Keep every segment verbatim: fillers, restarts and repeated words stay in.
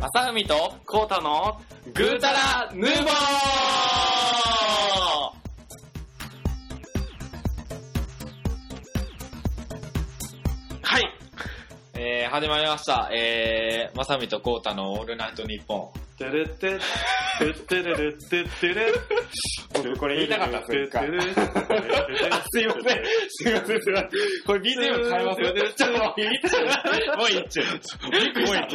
朝海とコータのグータラヌーボー。はい、えー、始まりました。えー、正美とコータのオールナイトニッポン。 てれっててってれれってってれ。 僕これ言いたかったんですか。すいません、すいません、すいません。これ ビージーエム 変えますよ。ちょっともういいっちゃう。もういいっちゃう。びっくりした。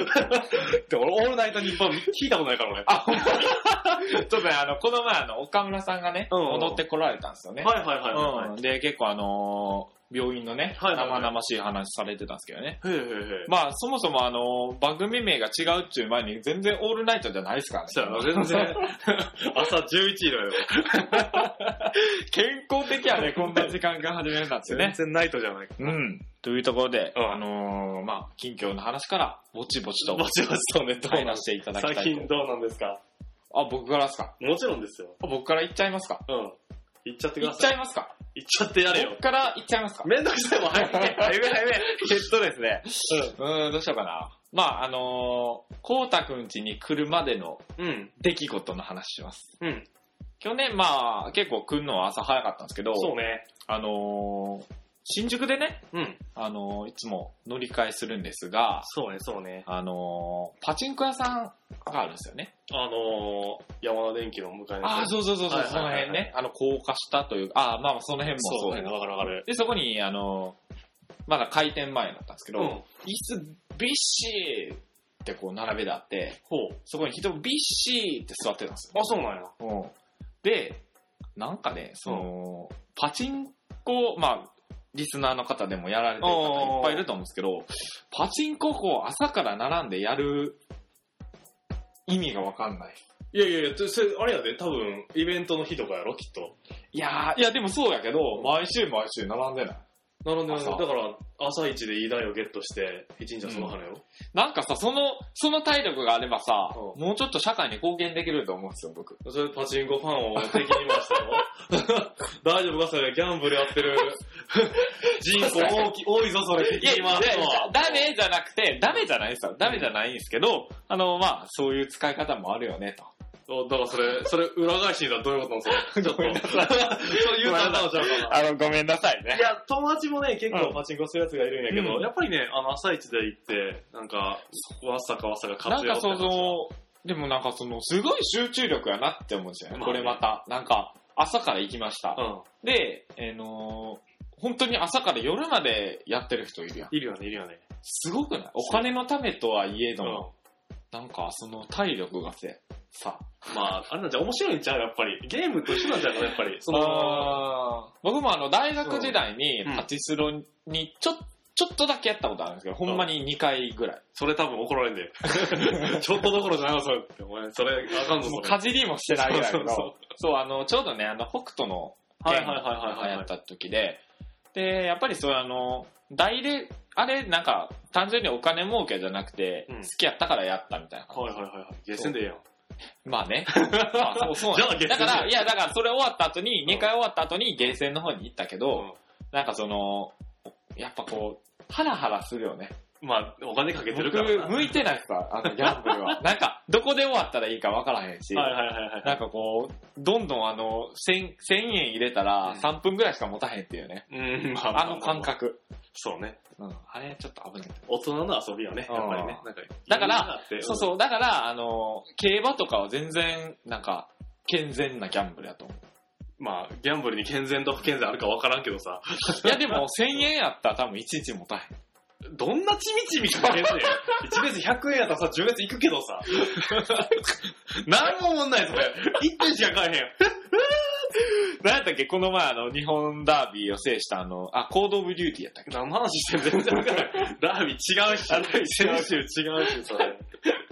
俺オールナイトニッポン聞いたことないから俺。 あ、ほんとに。ちょっとね、あの、この前あの、岡村さんがね、戻ってこられたんですよね。 はいはいはいはい。 うん、で、結構あのー、病院のね、はいはいはい、生々しい話されてたんですけどね。 へーへーへー。 まあ、そもそもあの、番組名が違うっていう前に全然オールナイトじゃないですからね。 そうやな、全然。朝じゅういちじだよ。 健康的やね、こんな時間から始めるんだってね。 全然ナイトじゃないか。 うん。というところで、うん、あのー、まあ、近況の話から、ぼちぼちと。 ぼちぼちとね、 入らせていただきたいと。 最近どうなんですか？ あ、僕からですか？ もちろんですよ。 僕から言っちゃいますか？ うん。言っちゃってください。 言っちゃいますか？ 言っちゃってやれよ。 僕から言っちゃいますか？ めんどくさいもん、早め早め早め。 えっとですね。うん、うん、どうしようかな。まあ、あのー、こうたくん家に来るまでの出来事の話します。 うん。 去年、まあ、結構来るのは朝早かったんですけど、 そうね。 あのー、新宿でね、 うん。 あのー、いつも乗り換えするんですが、 そうね、そうね。 あのー、パチンコ屋さんがあるんですよね。 あのー、山田電機の向かいの。 ああ、そうそうそうそう、はいはいはいはい、その辺ね。あの、高架下という、ああ、まあまあその辺もそう。 そうね、わかるわかる。 で、そこに、あのー、まだ開店前だったんですけど、 うん、 椅子びっしーってこう並べてあって、 ほう、 そこに人びっしーって座ってたんですよ。 あ、そうなんや。 うん。で、なんかね、その、うん、パチンコ、まあ、リスナーの方でもやられてる方いっぱいいると思うんですけど、パチンコをこう朝から並んでやる意味がわかんない。 いやいやいや、それあれやで、多分イベントの日とかやろ、きっと。 いやー、いやでもそうやけど、毎週毎週並んでない。 並んでない。だから朝一でいい台をゲットして一日はその花よ、うん、 なんかさ、そのその体力があればさ、うん、もうちょっと社会に貢献できると思うんですよ、僕。 それパチンコファンを敵に回したよ。大丈夫かそれ、ギャンブルやってる人口多き多いぞ、それ敵に回すのは。 ダメじゃなくて、ダメじゃないですよ。ダメじゃないんですけど、あの、まあ、そういう使い方もあるよね、と。 だからそれ、それ裏返しにはどういうことなんですか？ちょっと。ごめんなさい。それ言うたらなおちゃうかな。 あの、ごめんなさいね。 いや、友達もね、結構パチンコするやつがいるんやけど、うん、やっぱりね、あの、朝一で行って、なんか、わっさかわっさか活用ってなんかその、でもなんかその、すごい集中力やなって思うんですよね。まあ、これまた。なんか、朝から行きました。うん、で、えー、のー、本当に朝から夜までやってる人いるやん。 いるよね、いるよね。 すごくない？お金のためとはいえども、うん、なんかその体力がせ、さ。 まあ、あれなんじゃ面白いんちゃうやっぱり。ゲームと一緒なんじゃうかやっぱり。 そのあ僕もあの、大学時代にパチスロにちょっと、ちょっとだけやったことあるんですけど、ほんまににかいぐらい。 それ多分怒られんで。ちょっとどころじゃないわ、それって。お前、それ、あかんぞ、それ。 もうかじりもしてないぐらいの。そうそうそうそう、あの、ちょうどね、あの、北斗のゲームが流行った時で、で、やっぱりそう、あの、大で、あれ、なんか、単純にお金儲けじゃなくて、うん、好きやったからやったみたいな。 はいはいはいはい。ゲーセンでええやん。 まあね。まあそうそうなんだ。だから、いや、だからそれ終わった後に、にかい終わった後にゲーセンの方に行ったけど、うん、なんかその、やっぱこう、ハラハラするよね。 まあ、お金かけてるからな。 僕、向いてないっすか、あの、ギャンブルは。なんか、どこで終わったらいいか分からへんし、 はいはいはいはい。 なんかこう、どんどんあの、千、千円入れたらさんぷんぐらいしか持たへんっていうね。 うん、まあ、あの感覚。 そうね。 うん。あれ、ちょっと危ない。 大人の遊びよね、やっぱりね。なんかだから、そうそう、だから、あの、競馬とかは全然、なんか、健全なギャンブルやと思う。 まあ、ギャンブルに健全と不健全あるか分からんけどさ。 いや、でも、せんえんやったら多分いちにち持たへん。 どんなちみちみかけんねん。いちベースひゃくえんやったらさ、じゅうベース行くけどさ。なんも思んないそれ。いってんしか買えへん。 何やったっけこの前あの、日本ダービーを制したあの、あ、コードオブデューティーやったっけ何の話してん全然わからない。ダービー違うし、選手違うし、それ。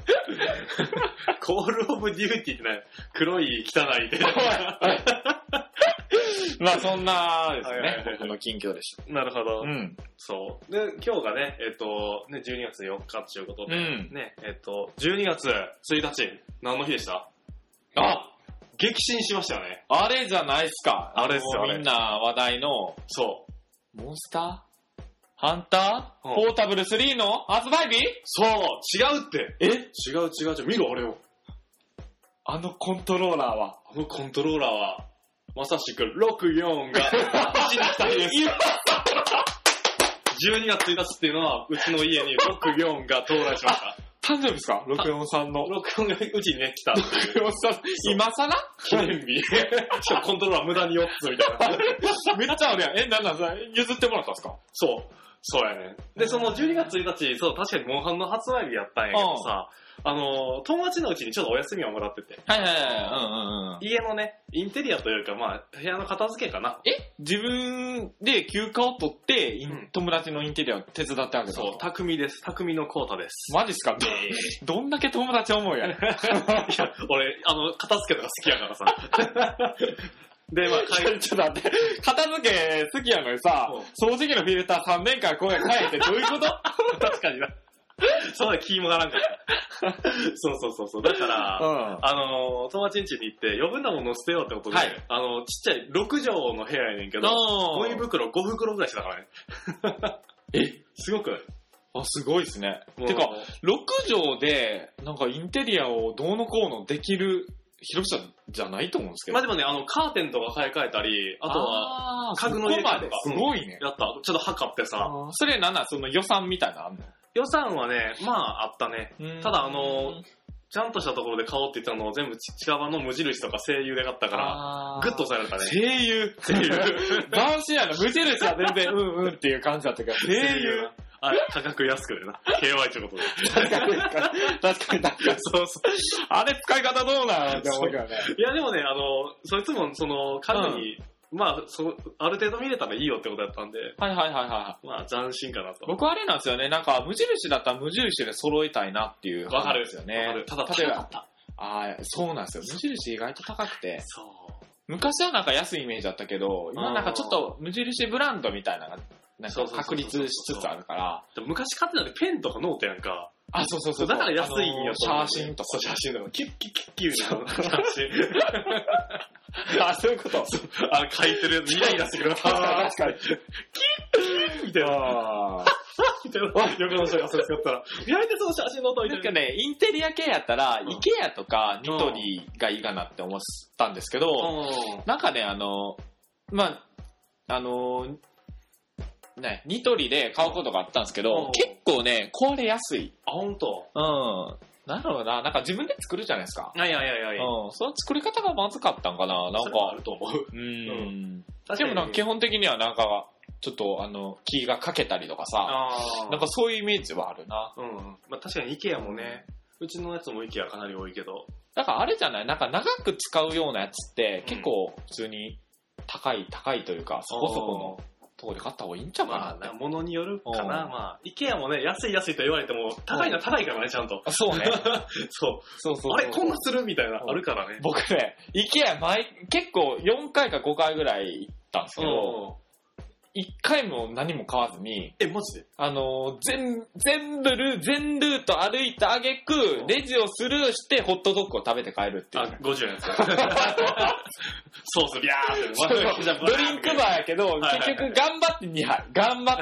コールオブデューティーってね、黒い汚いで。 まあそんなですね、僕の近況でした。 なるほど。 うん。 そう。で、今日がね、えっと、ね、じゅうにがつよっかということで、うん、ね、えっと、じゅうにがつついたち、何の日でした？あ、激震しましたよね。 あれじゃないっすか。 あれっすよ、 みんな話題の、 そう。 モンスターハンター、 うん、 ポータブルスリーの発売日？ そう、違うって。 え？ 違う違う違う。見ろ、あれを。 あのコントローラーは。 あのコントローラーは、まさしくろくじゅうよんが、うちに来たんです。じゅうにがつついたちっていうのは、うちの家にろくじゅうよんが到来しました。 誕生日ですか？ろくじゅうよんさんの。 ろくじゅうよんがうちにね、来た。ろくじゅうよんさん、 今更記念日。しかもコントローラー無駄によっつみたいな。 めっちゃあるやん。え、なんなんさ、譲ってもらったんですか？ そう。そうやね。で、そのじゅうにがつついたち、そう、確かにモンハンの発売日やったんやけどさ、あの、友達のうちにちょっとお休みをもらってて。 はいはいはい。うんうんうん。 家のね、インテリアというか、まあ、部屋の片付けかな。 え？自分で休暇を取って、うん、友達のインテリアを手伝ってあげた？ そう、匠です。匠のコータです。 マジっすか？どんだけ友達思うやん。いや、 俺、あの、片付けとか好きやからさ。で、まあ、 ちょっと待って、片付け好きやのにさ、掃除機のフィルターさんねんかんこうやって変えてどういうこと？ 確かにな。そうだ、気もならんかった。そうそうそうそう。だから、うん、あの、友達ん家に行って余分なものを捨てようってことで、はい、あの、ちっちゃいろくじょうの部屋やねんけど、ゴミ袋ご袋ぐらいしてたからね。え？すごくない？ あ、すごいですね。てか、ろくじょうで、なんかインテリアをどうのこうのできる広さじゃないと思うんですけど。 まあでもね、あの、カーテンとか買い替えたり、あとは、家具の家とか。 すごいね。 やった。ちょっと測ってさ。 それなんなんその予算みたいなのあんの？ 予算はね、まああったね。ただあの、ちゃんとしたところで買おうって言ったのを全部近場の無印とか声優で買ったから、グッとされたね。 声優声優斬新やな。無印は全然うんうんっていう感じだったけど、声優あ、価格安くでな。ケーワイ ってことで。 確かに確かに。確かに確かに。 そうそう。 あれ使い方どうなのって思うけどね。 いやでもね、あの、そいつもその、家具に、うん、まあそ、ある程度見れたらいいよってことやったんで。 はいはいはいはい。 まあ斬新かなと。 僕あれなんですよね。なんか無印だったら無印で揃えたいなっていう話ですよね。 わかる。ただ高かった。 ああ、そうなんですよ。無印意外と高くて。 そう。 昔はなんか安いイメージだったけど、今なんかちょっと無印ブランドみたいなのがなんか確立しつつあるから。 昔買ってたってペンとかノートやんか。 あ、そうそうそう。 だから安いんやと思う。写真とか。 写真とか。キュッキュッキュッキュッの写真。 あ、そういうこと。 あの、書いてるやつ、イライラしてくる。 あ確かに。 キュッキュッみたいな。みたいな。横の人がそれ使ったら、見いてその写真の音みたいな。 なんかね、インテリア系やったら、イケアとかニトリがいいかなって思ったんですけど、なんかね、あの、まあ、あの、ね、ニトリで買うことがあったんですけど、結構ね、壊れやすい。 あ、ほんと？ うん。なんだろうな、なんか自分で作るじゃないですか。 いやいやいやいや。 うん。その作り方がまずかったんかな、なんか。 あると思う。 うん。でもなんか基本的にはなんか、ちょっとあの、気がかけたりとかさ、なんかそういうイメージはあるな。 うん。まあ確かに IKEA もね、うちのやつも IKEA かなり多いけど。 だからあれじゃないなんか長く使うようなやつって結構普通に高い、高いというか、そこそこの。とこで買った方がいいんちゃうかな、 まあ、物によるかな。まあ、IKEA もね、安い安いと言われても、高いのは高いからね、ちゃんと。 そうね。 そう。 そうそう。 あれ、こんなするみたいな、あるからね。 僕ね、IKEA 前、結構よんかいかごかいぐらい行ったんですけど、いっかいも何も買わずに、 え、マジであの、全、全部ル、全ルート歩いた挙句、レジをスルーしてホットドッグを食べて帰るっていう、ね。 あ、ごじゅうえんですよ。ソースビャーって。 ドリンクバーやけど、結局頑張ってにはい。頑張って。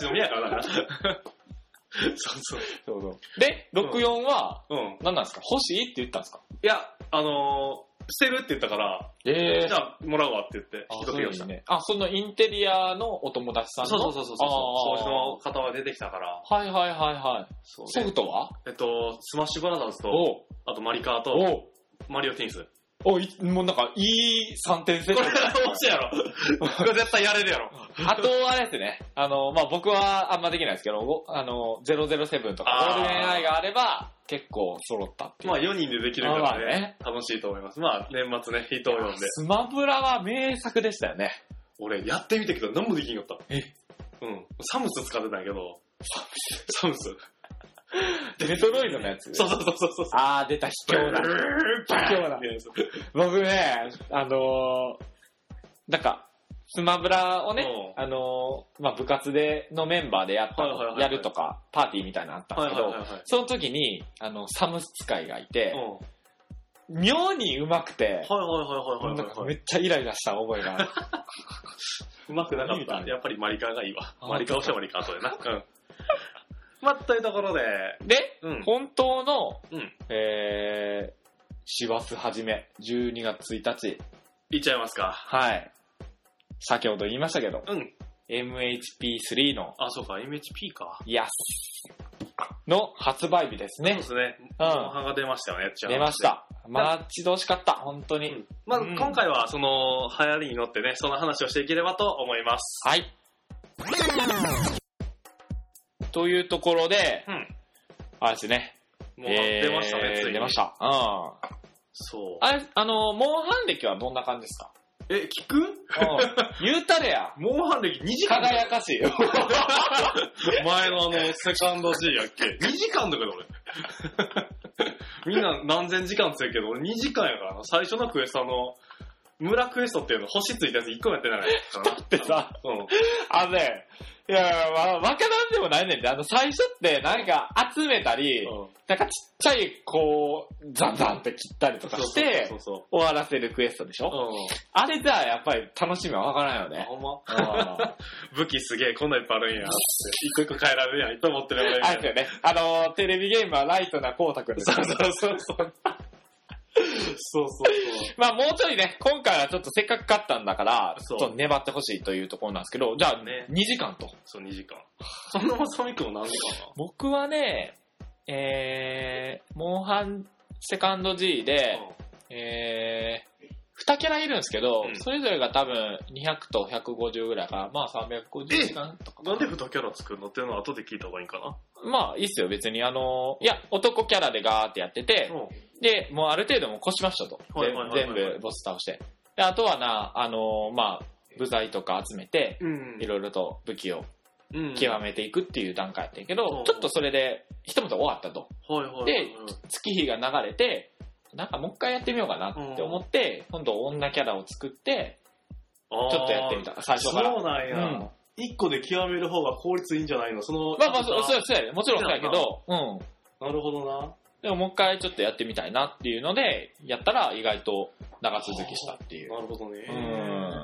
飲みやからな。そうそう。 そうそう。で、ろくじゅうよんは、 うん。 何なんですか欲しいって言ったんですか？ いや、あのー、捨てるって言ったから、 えー、 じゃあもらうわって言って、引き取ってきました。 ね。あ、そのインテリアのお友達さんのそうそうそうそう。掃除の方が出てきたから。 はいはいはいはい。 そう、ね、 ソフトはえっと、スマッシュブラザーズと、あとマリカーと、マリオテニス。 おい、もうなんか、いいさんてんセット。 これ、面白いやろ。これ絶対やれるやろ。 あと、あれですね。あの、まあ、僕はあんまできないですけど、あの、ゼロゼロセブンとか、ゴールデンアイがあれば、結構揃ったっていう。 まあ、よにんでできるからね。ね楽しいと思います。まあ、年末ね、人を呼んで。 スマブラは名作でしたよね。 俺、やってみたけど、何もできんかった。 えうん。サムス使ってたんやけど。サムスメトロイドのやつそうそうそうそう。 あー、出た、卑怯だ。卑怯だ。僕ね、あのー、なんか、スマブラをね、あのー、まあ、部活で、のメンバーでやった、やるとか、パーティーみたいなのあったんですけど、その時に、あの、サムス使いがいて、 妙にうまくて、 はいはいはいはいはい、 なんかめっちゃイライラした覚えがある。 うまくなかった。やっぱりマリカーがいいわ。マリカー押してマリカーとでな。うん。まあ、というところで。 で、 うん、 本当の、 うん、 えー、師走始め、じゅうにがつついたち。 いっちゃいますか。 はい。先ほど言いましたけど、 うん。 エムエイチピースリー の、 あ、そうか、エムエイチピー か。 イエスの発売日ですね。 そうですね。 うん。 モンハンが出ましたよね。 出ました。待ち遠しかった、本当に。うん、 まあ、うん、今回はその流行りに乗ってね、その話をしていければと思います。 はい。というところで、 うん、 あれですね。 もう出ましたね、 えー、 ついに。 出ました。うん。 そう。 あれ、あの、モンハン歴はどんな感じですか？ え、聞く？うん。 言うたれや。 モンハン歴にじかん。 輝かしいよ。 前のあの、セカンド G やっけ？にじかんだけど俺。みんな何千時間つやけど、俺にじかんやからな。最初のクエストの、村クエストっていうの星ついたやついっこもやってないからな。 だってさ、 うん。 あのね、いや、まあ、わからんでもないねんで、あの、最初ってなんか集めたり、うん、なんかちっちゃい、こう、ザンザンって切ったりとかして、そうそうそうそう終わらせるクエストでしょ、うん、あれじゃあやっぱり楽しみはわからんよね。 ほんま武器すげえ、こんないっぱいあるんや。一個一個変えられるやん。いっぱい持ってるやん。 あれですよね。あの、テレビゲームはライトな光沢です。 そうそうそうそう。そうそうそう。 まあもうちょいね、今回はちょっとせっかく勝ったんだから、ちょっと粘ってほしいというところなんですけど、じゃあね、にじかんと。 そう、にじかん。そんなまさみくんも何時間な？ 僕はね、えー、モンハンセカンド G で、うん、えー、にキャラいるんですけど、うん、それぞれが多分にひゃくとひゃくごじゅうぐらいから、まあさんびゃくごじゅうじかんとか。 なんでにキャラ作るのっていうのは後で聞いた方がいいかな？ まあいいっすよ、別に。あの、いや、男キャラでガーってやってて、うん、で、もうある程度もう越しましたと。全部ボス倒して。で、あとはな、あの、まあ、部材とか集めて、いろいろと武器を極めていくっていう段階やってんけど、うん、ちょっとそれで、ひとまず終わったと。 はいはいはいはい、 で、月日が流れて、なんかもう一回やってみようかなって思って、うん、今度女キャラを作って、ちょっとやってみた。最初から。 そうなんや。うん一個で極める方が効率いいんじゃないの？そのまあまあ、そうそうやね。もちろんそうやけど、うん。 なるほどな。 でももう一回ちょっとやってみたいなっていうので、やったら意外と長続きしたっていう。 なるほどね。 うん。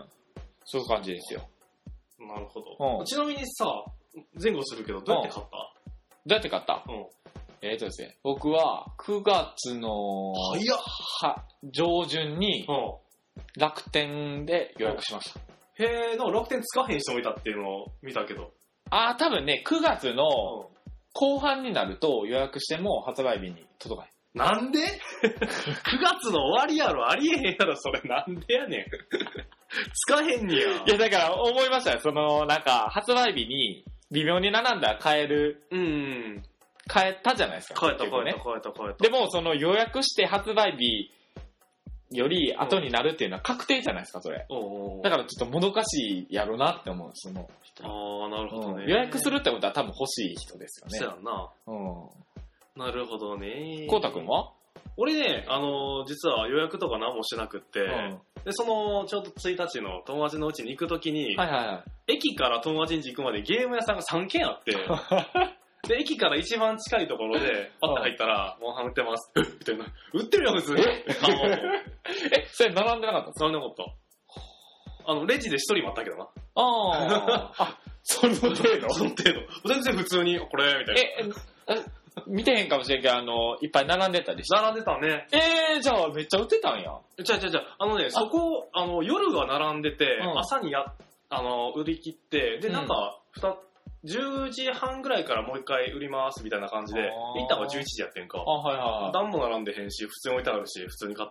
そういう感じですよ。 なるほど。うん、ちなみにさ、前後するけど、どうやって買った？ うん、どうやって買った？うん。えーとですね、僕はくがつの早っは上旬に楽天で予約しました。 へえ、なんか楽天つかへん人もいたっていうのを見たけど。 ああ、多分ね、くがつの後半になると予約しても発売日に届かない。なんで ?く 月の終わりやろ、ありえへんやろ、それなんでやねん。つかへんにや。 いや、だから思いましたよ。その、なんか、発売日に微妙に並んだら買える。 うん。 買えたじゃないですか。 買えた、買えた、買えた、買えた。 でも、その予約して発売日より後になるっていうのは確定じゃないですか、それ。 うん、 だからちょっともどかしいやろなって思う、その人。 ああ、なるほどね、 うん。予約するってことは多分欲しい人ですよね。 そうやんな。 うん。 なるほどね。 こうたくんは？ 俺ね、あのー、実は予約とか何もしてなくって、うん、で、その、ちょうどついたちの友達のうちに行くときに、 はいはいはい、 駅から友達ん家行くまでゲーム屋さんがさんけんあって、で、駅から一番近いところで、パッと入ったら、モンハン売ってます。みたいな。売ってるよ、普通に。え、 それ並んでなかった並んでなかった。あの、レジで一人待ったけどな。 ああ。あ、その程度その程度。全然普通に、これ、みたいな。え、え、見てへんかもしれんけど、あの、いっぱい並んでたりして。 並んでたね。 えー、じゃあめっちゃ売ってたんや。 じゃあじゃあじゃあ、あのね、そこ、あの、夜は並んでて、うん、朝にや、あの、売り切って、で、なんか、二、うん、じゅうじはんぐらいからもう一回売りますみたいな感じで、行ったのがじゅういちじやってんか。 あ、はいはい。 段も並んでへんし、普通に置いてあるし、普通に買った。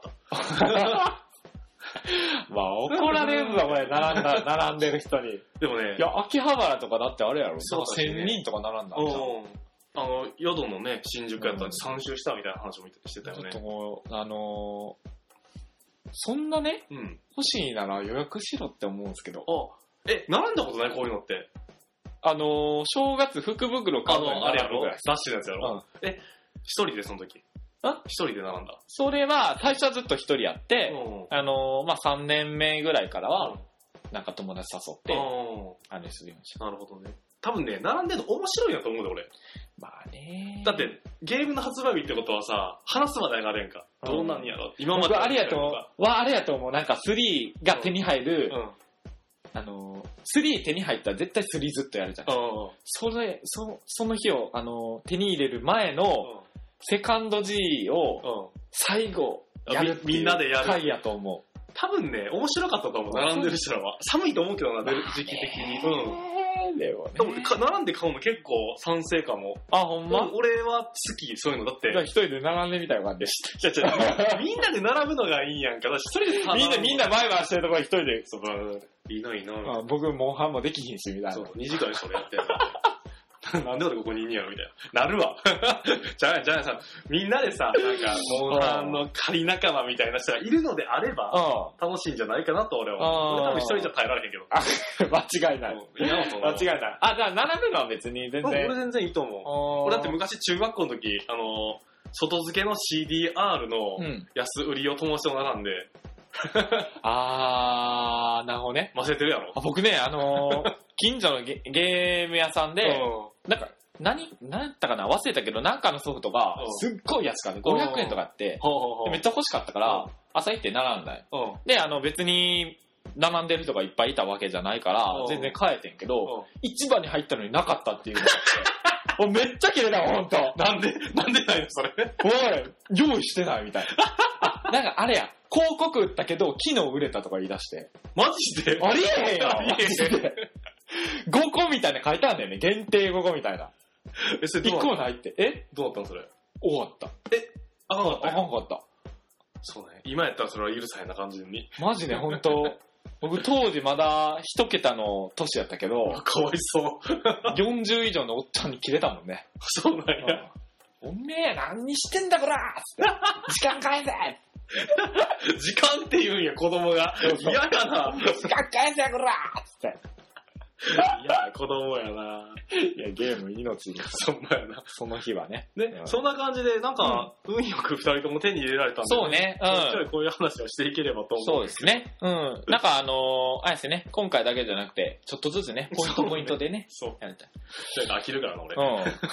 まあ、怒られるぞ、これ、並んだ、並んでる人に。 でもね。 いや、秋葉原とかだってあれやろ。そう、せんにんとか並んだんじゃん。 あの、宿のね、新宿やったんでさん周したみたいな話もしてたよね。 ちょっともう、あのー、そんなね、うん、欲しいなら予約しろって思うんですけど。 あ、え、並んだことないこういうのって。 あのー、正月福袋買うのにあれやろ雑誌のやつやろ、うん、え、一人でその時あ一人で並んだ。 それは、最初はずっと一人やって、うん、あのー、まあ、さんねんめぐらいからは、うん、なんか友達誘って、あれするようにした。 なるほどね。 多分ね、並んでるの面白いんやと思うで、俺。 まあね。 だって、ゲームの発売日ってことはさ、話すまで上がれんか。どうなんやろ、うん、今まで。 あれやと思う。わ、あれやと思う。なんかスリーが手に入る、うんうん、あの、スリー手に入ったら絶対スリーずっとやるじゃん。うん、それ、そ、その日を、あの、手に入れる前の、うん、セカンド G を、最後、やるみんなでやる回やと思う。 多分ね、面白かったと思う、並んでる人らは。寒いと思うけどな、時期的に。うん。でもね。多分並んで買うの結構賛成かも。 あ、ほんま、うん、 俺は好き、そういうの。だって。 一人で並んでみたい感じでした。 じゃじゃみんなで並ぶのがいいやんか。だし一人でみんな、みんな前々してるところ一人で。 そう、いいな、いいな。 あ、僕、モンハンもできひんし、みたいな。そう、 にじかんそれやってる。なんで俺ここにいんねやろみたいな。なるわ。じゃあ、じゃあさ、みんなでさ、なんか、モンハンの仮仲間みたいな人がいるのであれば、楽しいんじゃないかなと俺は。俺多分一人じゃ耐えられへんけど。 間違いない。間違いない。あ、じゃあ並ぶのは別に全然。 俺全然いいと思う。俺だって昔中学校の時、あの、外付けの シーディーアール の安売りを友達と並んで、 あー、なるほどね。 忘れてるやろ。 僕ね、あのー、近所の ゲ, ゲーム屋さんで、なんか、何、何やったかな忘れたけど、なんかのソフトが、すっごい安かった。ごひゃくえんとかあって、めっちゃ欲しかったから、朝行って並んだよ。で、あの、別に、並んでる人がいっぱいいたわけじゃないから、全然買えてんけど、市場に入ったのになかったっていうのがあって、めっちゃキレたわ、ほんと。 なんで、なんでないのそれ。 おい、用意してないみたいな。なんかあれや、広告売ったけど、昨日売れたとか言い出して。 マジでありえへんよ。マジで。ごこみたいな書いてあるんだよね。限定ごこみたいな。 え、それどういっこもないって。えどうだったのそれ。 終わった。 えあかんかった。 あかんかった。 そうね。今やったらそれは許さへんな感じに。 マジでほんと。僕当時まだ一桁の年やったけど。 かわいそう。 よんじゅう以上のおっちゃんに切れたもんね。 そうなんや。 おめえ何にしてんだこら時間返せ時間って言うんや、子供が。嫌やな。 時間返せこらつって。 いや、子供やな。 いや、ゲーム命に。 そんなやな。 その日はね。 ね、そんな感じで、なんか、うん、運よく二人とも手に入れられたんで、 ね。そうね。うん。 ちょいこういう話をしていければと思う。 そうですね。うん。なんかあのー、あれですね、今回だけじゃなくて、ちょっとずつね、ポイントポイントでね。 そう。 やりたい。 それ飽きるからな、俺。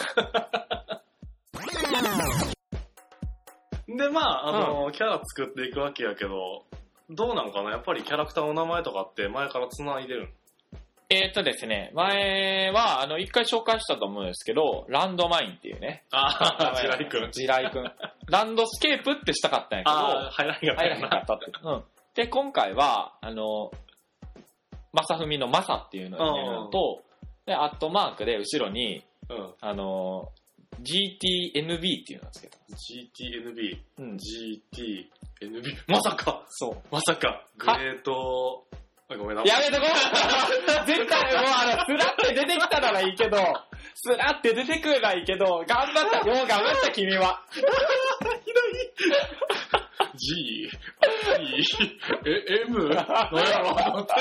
うん。で、まあ、あのーうん、キャラ作っていくわけやけど、どうなのかなやっぱりキャラクターの名前とかって前から繋いでるの？ えーっとですね、前は、あの、一回紹介したと思うんですけど、ランドマインっていうね。 ああ、ジライ君。 ジライ君。ランドスケープってしたかったんやけど、 ああ、入らなかった。 入らなかったって。うん。で、今回は、あの、マサフミのマサっていうのを入れるのと、で、アットマークで後ろに、うん、あの、ジーティーエヌビー っていうのをつけた。 ジーティーエヌビー? うん。 ジーティーエヌビー? まさかそう。 まさか。グレート、ごめんな。 やめとこう絶対、もうあの、スラって出てきたならいいけど、スラって出てくるならいいけど、頑張った、もう頑張った君は。 ひどい。G、E、え、M? 何やろうと思って。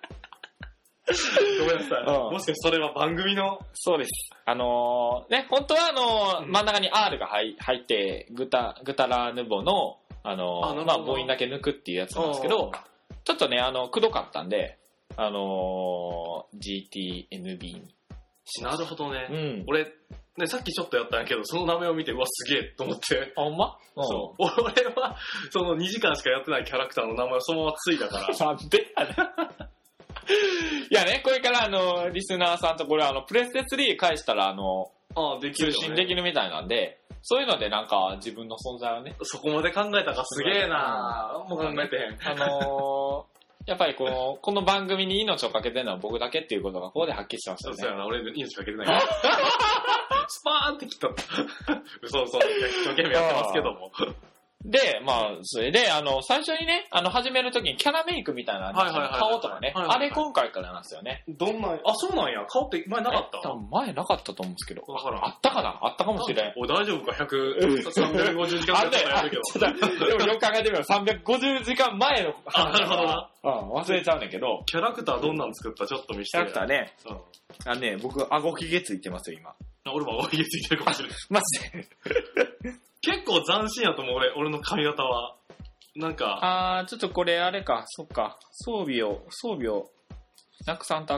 ごめんなさい、うん。もしかしてそれは番組の？ そうです。あのー、ね、本当はあのー、真ん中に R が入って、グタ、グタラヌボの、あのー、あまあ、母音だけ抜くっていうやつなんですけど、ちょっとね、あの、くどかったんで、あのー、ジーティーエヌビー にしました。 なるほどね。 うん。 俺、ね、さっきちょっとやったんやけど、その名前を見て、うわ、すげえと思って。 あ、ほんま？ うん、そう。俺は、そのにじかんしかやってないキャラクターの名前をそのままついたから。 なんでやねん。いやね、これからあの、リスナーさんとこれあの、プレステスリー返したらあの、 ああ、できる、 ね、通信できるみたいなんで、そういうのでなんか自分の存在をね。 そこまで考えたかすげえなぁ。もう考えてへん。 あのー、やっぱりこの、この番組に命をかけてるのは僕だけっていうことがここではっきりしましたね。 そうやな、俺命かけてないから。スパーンってきた。嘘嘘、一生懸命やってますけども。 で、まあ、それで、あの、最初にね、あの、始めるときにキャラメイクみたいな、顔とかね、あれ今回からなんですよね。 どんな、あ、そうなんや。顔って前なかった？ 多分前なかったと思うんですけど。 だから。 あったかなあったかもしれん。 お、大丈夫か ?ひゃく、さんびゃくごじゅうじかんとかやるけど。 でもよく考えてみよう。さんびゃくごじゅうじかんまえの。 あ、なるほどな。 うん、忘れちゃうんだけど。 キャラクターどんなん作ったちょっと見せて。 キャラクターね。うん。あのね、僕、顎ひげついてますよ、今。 俺も顎ひげついてるかもしれない。 マジで。 結構斬新やと思う、俺、俺の髪型は。なんか。 あー、ちょっとこれあれか、そっか。装備を、装備を、なくさんとあかん。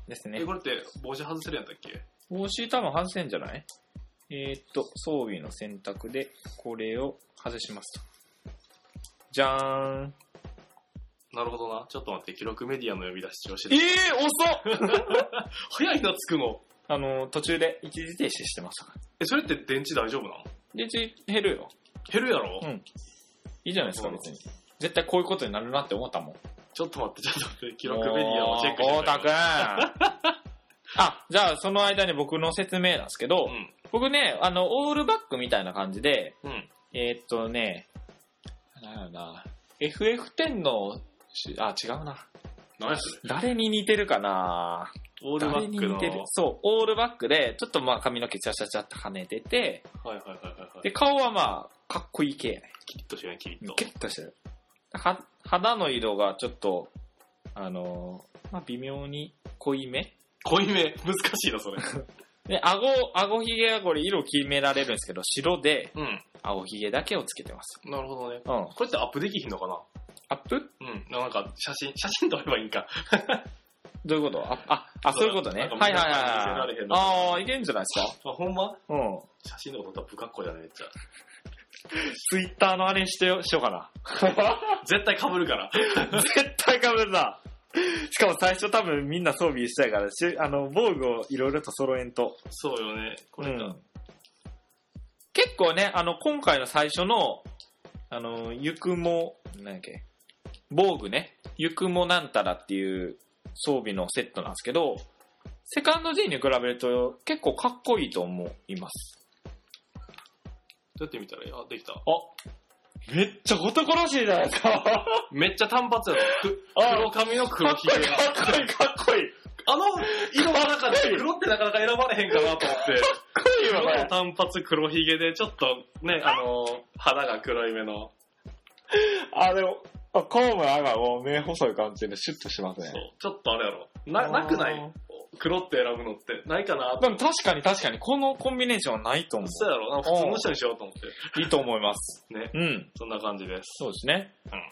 ですね。 え、これって帽子外せるやったっけ？ 帽子多分外せんじゃない？えー、っと、装備の選択で、これを外しますと。じゃーん。 なるほどな。ちょっと待って、記録メディアの呼び出しをしてえー、遅っ早いな、つくの。 あの、途中で一時停止してましたから。 え、それって電池大丈夫なの？ 電池減るよ。 減るやろ？ うん。いいじゃないですか、別に。絶対こういうことになるなって思ったもん。 ちょっと待って、ちょっと待って、記録メディアをチェックして。 おー、たくん。あ、じゃあその間に僕の説明なんですけど、うん、僕ね、あの、オールバックみたいな感じで、うん、えー、っとね、なんだろうな、エフエフテン の、あ、違うな。 何やそれ？ 誰に似てるかな？ オールバックの。 そう、オールバックで、ちょっとまあ髪の毛チャチャチャっと跳ねてて、 はいはいはいはい。 で、顔はまあ、かっこいい系やね。 キリッとしてるね、キリッと。 キリッとしてる。は、肌の色がちょっと、あのー、まあ微妙に濃いめ濃いめ難しいな、それ。 で、顎、顎ひげはこれ色決められるんですけど、白で、 うん。 顎ひげだけをつけてます。 なるほどね。 うん。 これってアップできひんのかな？ アップ？ うん。なんか、写真、写真撮ればいいんか。 どういうこと？あ、あ、あ、そういうことね。はいはいはい。ああ、いけんじゃないですか？ あ、ほんま？ うん。 写真のことは不格好だね、めっちゃ。 ツイッターのあれにしてよ、しようかな。 絶対被るから。 絶対被るな。しかも最初多分みんな装備したいから、しあの、防具をいろいろと揃えんと。 そうよね。これか。うん、 結構ね、あの、今回の最初の、あの、ゆくも、なんだっけ、防具ね、ゆくもなんたらっていう装備のセットなんですけど、セカンド G に比べると結構かっこいいと思います。 どうやって見たらいい？あ、できた。あ、 めっちゃ男らしいじゃないですか。 めっちゃ単発やろ。黒髪の黒ひげが。 かっこいい、かっこいい。 あの色の中で黒ってなかなか選ばれへんかなと思って。かっこいいわね。 単発黒ひげで、ちょっとね、あのー、肌が黒い目の。 あ、でも、コームなんかもう目細い感じでシュッとしますね。 そう。ちょっとあれやろ。な、なくない？黒って選ぶのってないかな。 でも確かに確かにこのコンビネーションはないと思う。 そうやろ。なんか普通の人にしようと思って。 いいと思います。 ね。 うん。 そんな感じです。 そうですね。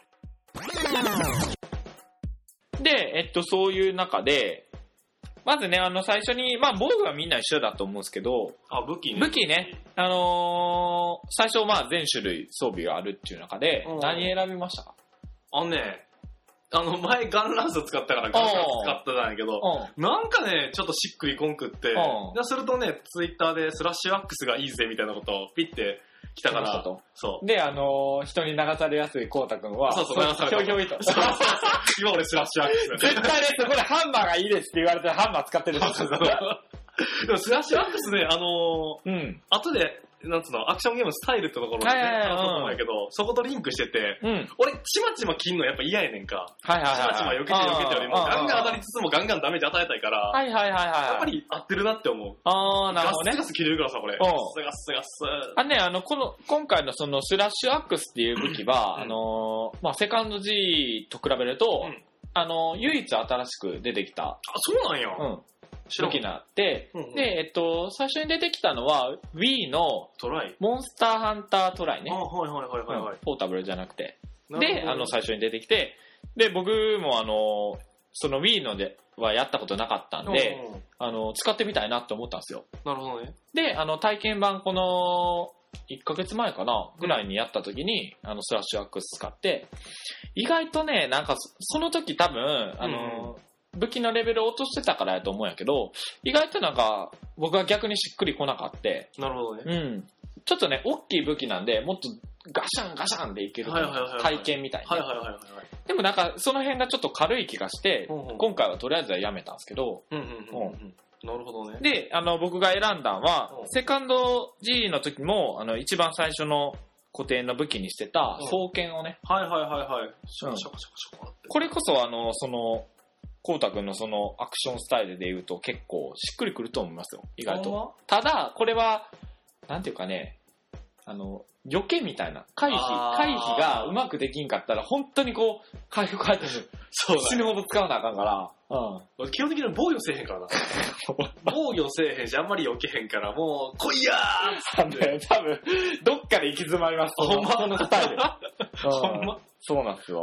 うん。で、えっと、そういう中で、まずね、あの、最初に、まあ、防具はみんな一緒だと思うんですけど、 あ、武器ね。 武器ね。あのー、最初、まあ、全種類装備があるっていう中で、何選びましたか？ あのね、あの、前ガンランス使ったからガンランス使ったんやけど、なんかね、ちょっとしっくりこんくって、するとね、ツイッターでスラッシュアックスがいいぜみたいなことをピッて来たから、 そう。で、あのー、人に流されやすいコウタくんは、 そうそう、流された。 ひょいひょいと。 そうそうそう。今俺スラッシュアックス。 絶対ね、そこでハンマーがいいですって言われてハンマー使ってるんですよ。 でもスラッシュアックスね、あのー、うん。後で、なんつうの、アクションゲームスタイルってところでね、あったと思うんやけど、そことリンクしてて、うん、俺、ちまちま切んのやっぱ嫌やねんか。 はいはいはい、はい。 ちまちま避けて避けてよりも、ガンガン当たりつつもガンガンダメージ与えたいから、 はいはいはいはい。 やっぱり合ってるなって思う。 あー、なるほどね。 ガスガス切れるからさ、これ。ガスガスガス。 あ、ね、あの、この、今回のそのスラッシュアックスっていう武器は、うん、あのー、まあ、セカンド G と比べると、うん、あのー、唯一新しく出てきた。 あ、そうなんや。 うん。武器なって、うんうん、で、えっと、最初に出てきたのは Wii のトライモンスターハンタートライね。 あ、はいはいはいはい、はい、 ポータブルじゃなくて。で、あの、最初に出てきて、で、僕もあの、その Wii のではやったことなかったんで、あの、使ってみたいなって思ったんですよ。 なるほどね。 で、あの、体験版この、いっかげつまえかなぐらいにやった時に、うん、あの、スラッシュアックス使って、意外とね、なんか、その時多分、あの、うん武器のレベルを落としてたからやと思うんやけど、意外となんか、僕は逆にしっくりこなかった。 なるほどね。 うん。ちょっとね、大きい武器なんで、もっとガシャンガシャンでいける体験みたいな。 はいはいはいはい。 でもなんか、その辺がちょっと軽い気がして、うんうん、今回はとりあえずはやめたんですけど、 うんうんうんうん、なるほどね。 で、あの、僕が選んだのは、うん、セカンド G の時も、あの、一番最初の固定の武器にしてた、双剣をね。 うん、はいはいはいはい。シャカシャカシャカシャカって。 これこそ、あの、その、コウタ君のそのアクションスタイルで言うと結構しっくりくると思いますよ、意外と。ただ、これは、なんていうかね、あの、避けみたいな、回避、回避がうまくできんかったら、本当にこう、回復アイテム、そう死ぬほど使わなあかんから、 うん。基本的に防御せえへんからな。防御せえへんし、あんまり避けへんから、もう、来いやーって。 多分、どっかで行き詰まります。 ほんまこのスタイル。 ほんまそうなんですよ。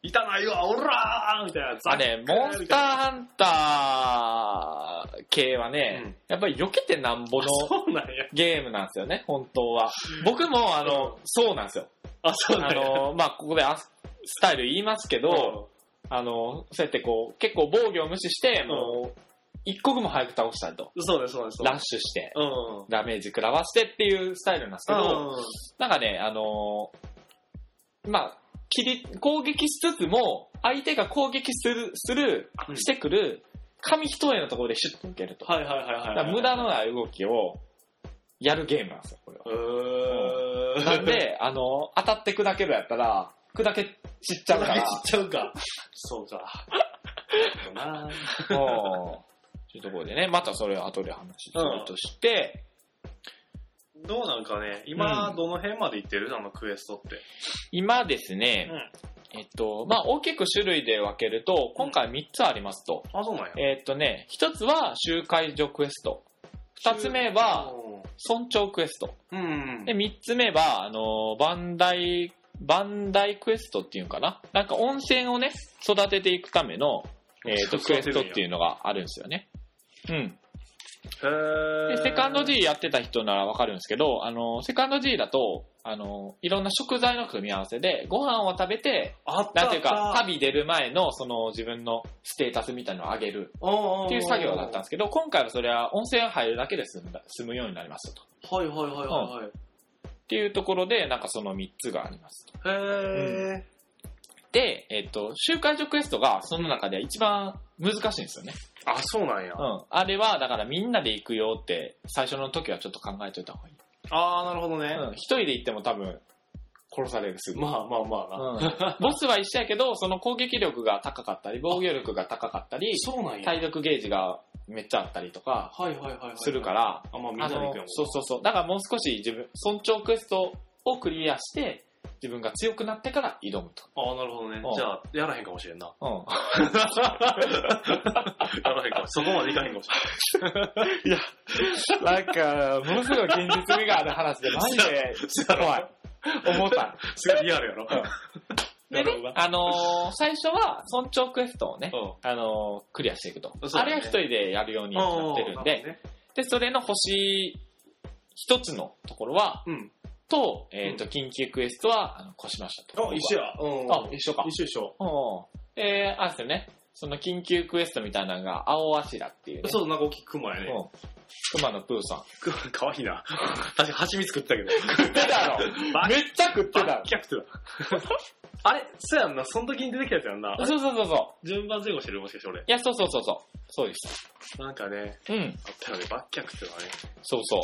いたないわ、おらーみたいな。 あね、モンスターハンター系はね、うん、やっぱり避けてなんぼのゲームなんですよね、本当は。僕も、あの、うん、そうなんですよ。 あ、そうなんや。 あの、まあ、ここでスタイル言いますけど、うん、あの、そうやってこう、結構防御を無視して、もう、一刻も早く倒したいと。 そうです、そうです。 ラッシュして、うん、ダメージ食らわしてっていうスタイルなんですけど、うん、なんかね、あのー、まあ、切り、攻撃しつつも、相手が攻撃する、する、してくる、紙一重のところでシュッと受けると。 はいはいはいはい、はい。 だから無駄のない動きをやるゲームなんですよ、これは。うーん。なんで、あの、当たって砕けるやったら、砕け散っちゃうから。 砕け散っちゃうか。そうか。なぁ。 もう、というところでね、またそれを後で話するとして、 うん、どうなんかね、今、うん、どの辺まで行ってるあのクエストって。 今ですね、うん、えっと、まあ、大きく種類で分けると、今回みっつありますと。 うん、あ、そうなんや。 えっとね、ひとつは集会所クエスト。ふたつめは、村長クエスト。 うん、 で、みっつめは、あの、バンダイ、バンダイクエストっていうのかな、なんか温泉をね、育てていくための、えっと、クエストっていうのがあるんですよね。うん。で、セカンド G やってた人ならわかるんですけど、あの、セカンド G だと、あの、いろんな食材の組み合わせで、ご飯を食べて、なんていうか、旅出る前の、その自分のステータスみたいなのを上げるっていう作業だったんですけど、今回はそれは温泉入るだけで済んだ、済むようになりましたと。 はいはいはいはい、はい、うん。 っていうところで、なんかそのみっつがありますと。 へー。 うん、で、えっと、集会所クエストがその中では一番難しいんですよね。 あ、そうなんや。 うん。あれは、だからみんなで行くよって、最初の時はちょっと考えといた方がいい。 あー、なるほどね。 うん。一人で行っても多分、殺されるすぐ。 まあまあまあな。 うん。ボスは一緒やけど、その攻撃力が高かったり、防御力が高かったり、 そうなんや。 体力ゲージがめっちゃあったりとか、 はいはいはい。 するから、 あ、まあみんなで行くよ。 そうそうそう。だからもう少し自分、村長クエストをクリアして、自分が強くなってから挑むと。 ああ、なるほどね。じゃあ、やらへんかもしれんな。 うん。 やらへんかもしれん。そこまでいかへんかもしれん。 いや、なんか、ものすごい現実味がある話で、マジで怖い。思った。 すごいリアルやろ。 でね、あのー、最初は村長クエストをね、あのー、クリアしていくと。ね、あれは一人でやるようになってるんで、ね、で、それの星一つのところは、 うんと、えっ、ー、と、緊急クエストは、あの、越しましたと。 あ、一緒や。 うん。あ、一緒か。 一緒一緒。 うん。えー、あれですよね。その緊急クエストみたいなのが、青あしらっていう、ね。 そう、なんか大きいクマやね。 うん。クマのプーさん。 クマ、かわいいな。確かに蜂蜜食ってたけど。 食ってたのめっちゃ食ってたの。 キャク食ってた。あれそうやんな。その時に出てきたやつやんな。 そうそうそうそう。 順番前後してるもしかして俺。いや、そうそうそうそう。そうでした。 なんかね。 うん。 あったよね。バッキャクってのはね。 そうそう。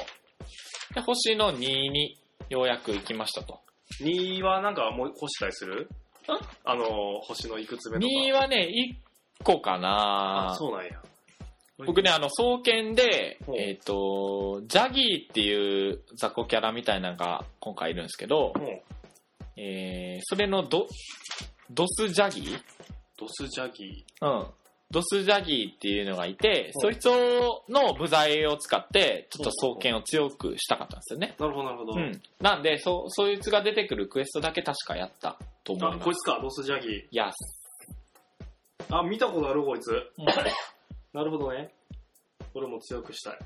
で、星のにに。ようやく行きましたと。 にはなんかもう星したりする？んあの、星のいくつ目とか。 にはね、いっこかな。 あ、そうなんや。 僕ね、あの、双剣で、えっ、ー、と、ジャギーっていう雑魚キャラみたいなのが今回いるんですけど、えー、それのド、ドスジャギー？ ドスジャギー？うん。ドスジャギーっていうのがいて、そいつの部材を使って、ちょっと双剣を強くしたかったんですよね。 なるほど、なるほど。 うん。なんで、そ、そいつが出てくるクエストだけ確かやったと思います。 あ、こいつか、ドスジャギー。 いや。 あ、見たことある、こいつ。うん、なるほどね。俺も強くしたい。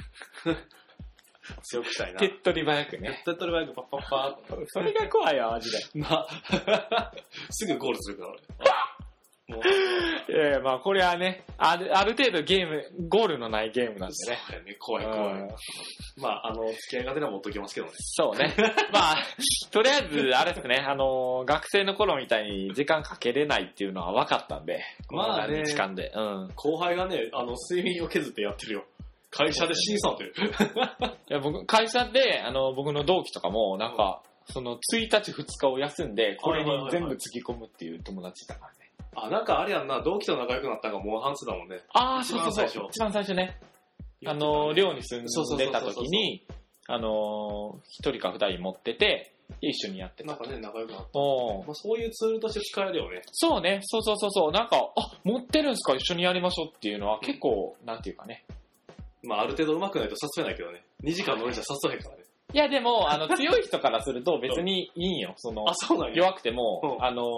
強くしたいな。 手っ取り早くね。 手っ取り早くパッパッパーっと。 それが怖いよ、マジで。 まあ、すぐゴールするから俺。もういやいや、まあこれはね、ある、ある程度ゲーム、ゴールのないゲームなんでね。 そうやね、怖い怖い。まあ、あの、付き合いがてら持っときますけどね。 そうね。まあ、とりあえず、あれですね、あの、学生の頃みたいに時間かけれないっていうのは分かったんで、 まあね、 時間で。うん。 後輩がね、あの、睡眠を削ってやってるよ。会社で審査ってる。 いや、僕、会社で、あの、僕の同期とかも、なんか、その、ついたちふつかを休んで、これに全部つぎ込むっていう友達だからね。 あ、なんかあれやんな、同期と仲良くなったのがモンハンツだもんね。 ああ、そうそうそう。一番最初ね。あの、寮に住んでた時に、あの、一人か二人持ってて、一緒にやってた。 なんかね、仲良くなった。 おまあ、そういうツールとして使えるよね。 そうね、そうそうそうそう。なんか、あ、持ってるんすか、一緒にやりましょうっていうのは結構、うん、なんていうかね。 まあ、ある程度上手くないと誘えないけどね。にじかん乗りじゃ誘えへんからね。 いや、でも、あの、強い人からすると別にいいんよ。その、 あ、そうなんや。 弱くても、うん、あの、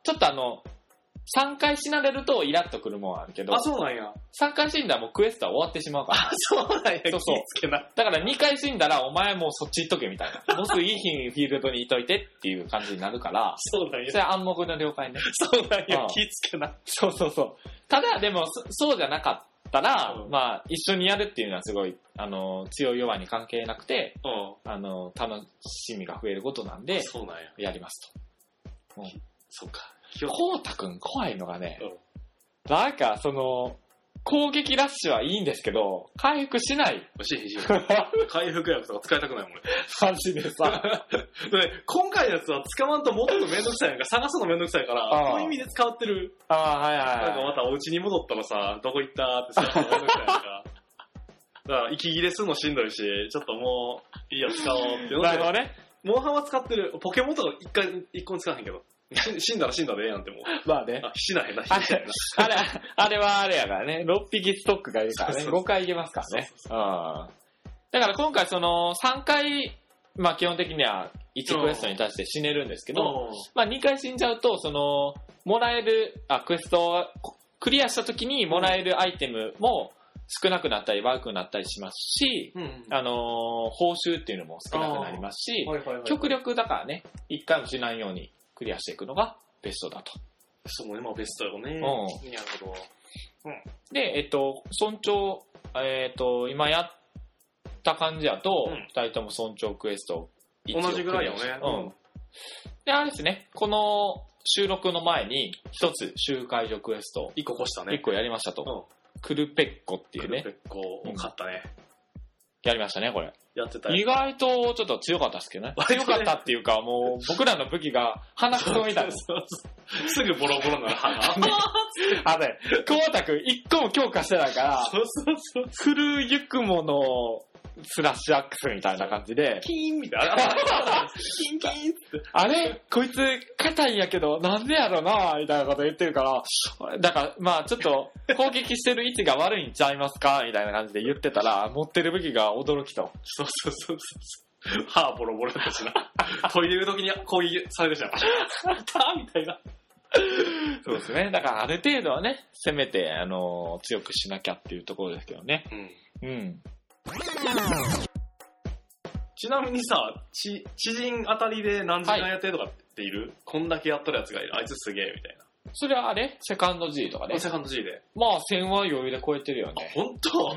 ちょっとあの、さんかい死なれるとイラッとくるもんあるけど、 あ、そうなんや。 さんかい死んだらもうクエストは終わってしまうから。 あ、そうなんや。 そうそう。 気ぃつけな。 だからにかい死んだらお前もうそっち行っとけみたいな。ボスいい日フィールドにいといてっていう感じになるから、 そうなんや。 それは暗黙の了解ね。 そうなんや。 うん、 気ぃつけな。 そうそうそう。ただでもそ、そうじゃなかったら、うん、まあ一緒にやるっていうのはすごい、あの、強い弱いに関係なくて、うん、あの、楽しみが増えることなんで、 そうなんや。 やりますと。うん、 そうか。 こうたくん怖いのがね、うん、なんかその、攻撃ラッシュはいいんですけど、回復しない。 しいしい。回復薬とか使いたくないもんね。 マジでさ。 今回のやつは使わんともっとめんどくさいやんか、探すのめんどくさいから、こういう意味で使ってる。 ああ、はいはい、はい。 なんかまたお家に戻ったらさ、どこ行ったってさ、めんどくさいやんか。だから息切れするのしんどいし、ちょっともう、いいや、使おうっていうので。 なるほどね。 モンハンは使ってる。ポケモンとか一回、一個も使わへんけど。死んだら死んだでええやんってもう。 まあね。 あ、死なへんな、死なへんな。あれ、あれはあれやからね。ろっぴきストックがいるからね。そうそうそうごかいいけますからね。そうそうそうあだから今回そのさんかい、まあ基本的にはいちクエストに対して死ねるんですけど、まあにかい死んじゃうと、その、もらえる、あ、クエストをクリアした時にもらえるアイテムも少なくなったり悪くなったりしますし、うんうん、あのー、報酬っていうのも少なくなりますし、はいはいはい、極力だからね、一回も死ないようにクリアしていくのがベストだと。 そうね、まあベストよね。うん。なるほど。 うん。で、えっと、尊重、えっと、今やった感じだと、二、うん、人とも尊重クエスト同じぐらいよね。 うん。で、あれですね、この収録の前に一つ集会所クエスト。 一個越したね。 一個やりましたと。うんクルペッコっていうね。 クルペッコを買ったね、うん。 やりましたね、これ。 やってたよ。 意外とちょっと強かったですけどね。強かったっていうか、もう僕らの武器が鼻くそみたいな。 そうそうそうすぐボロボロなる鼻。 あれ、コウタくん一個も強化してないから、 そうそうそう。 振るゆくものスラッシュアックスみたいな感じで。 キーンみたいな。キンキンって。 あれこいつ硬いんやけど、なんでやろなみたいなこと言ってるから、だからまあちょっと攻撃してる位置が悪いんちゃいますかみたいな感じで言ってたら、持ってる武器が驚きと。 そうそうそうそう。歯ボロボロだったしな。トイレる時に攻撃されるじゃん。あったみたいな。 そうですね。だからある程度はね、せめて、あのー、強くしなきゃっていうところですけどね。うん。うん。 ちなみにさ、ち、知人あたりで何時間やってるとかっている、はい、こんだけやってるやつがいる。あいつすげえみたいな。 それはあれセカンド G とかね。 セカンド G で。 まあ、せんは余裕で超えてるよね。 あ、ほんと？ うん。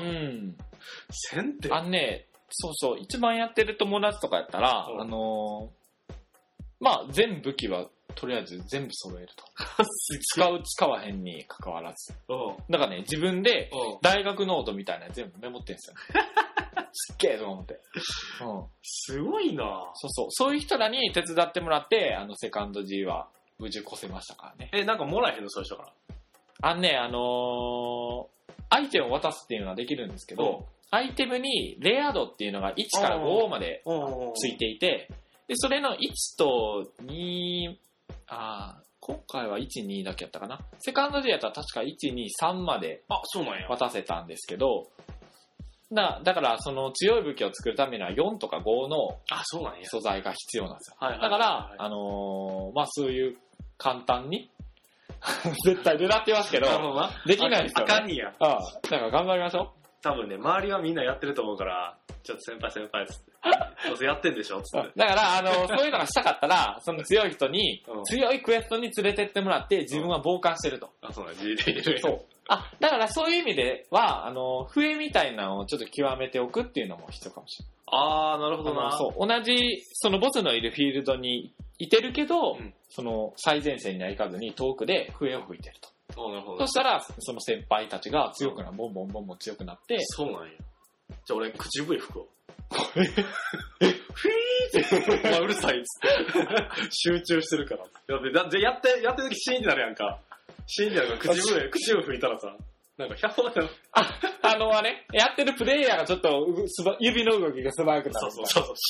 せんって？ あのね、そうそう、一番やってる友達とかやったら、うん、あのー、まあ、全武器はとりあえず全部揃えると。使う、使わへんに関わらず。だからね、自分で大学ノートみたいなの全部メモってんすよ。すっげえと思って、うん。 すごいな。 そうそう。そういう人らに手伝ってもらって、あの、セカンド G は無事越せましたからね。 え、なんかもらえへんのそういう人から。 あのね、あのー、アイテムを渡すっていうのはできるんですけど、アイテムにレア度っていうのがいちからごまでついていて、で、それのいちとに、あ今回はいち、にだけやったかな。セカンド G やったら確かいち、に、さんまで渡せたんですけど、だ, だからその強い武器を作るためにはよんとかごの素材が必要なんですよ。だから、あのー、まあそういう簡単に絶対狙ってますけどできないですよね。 あかんや。 ああ、だから頑張りましょう。 多分ね、周りはみんなやってると思うから、ちょっと先輩先輩っつって。どうせやってんでしょっつって。 だから、あの、そういうのがしたかったら、その強い人に、うん、強いクエストに連れてってもらって、自分は傍観してると。 あ、そうなんだ、自分で。 そう。あ、だからそういう意味では、あの、笛みたいなのをちょっと極めておくっていうのも必要かもしれない。 あー、なるほどな。 そう。同じ、そのボスのいるフィールドにいてるけど、うん、その最前線には行かずに遠くで笛を吹いてると。 なるほど。 そしたら、その先輩たちが強くな、ボンボンボンボン強くなって。 そうなんや。じゃあ俺、口笛吹くわ。 フィーって。 まあ、うるさいっつって。集中してるから。やべ、だ、じゃやって、やってる時シーンってなるやんか。シーンってなるから、口笛、口を吹いたらさ、なんか、ひゃっほーってなる。 あ、あのあれやってるプレイヤーがちょっと、指の動きが素早くなる。 そうそうそう。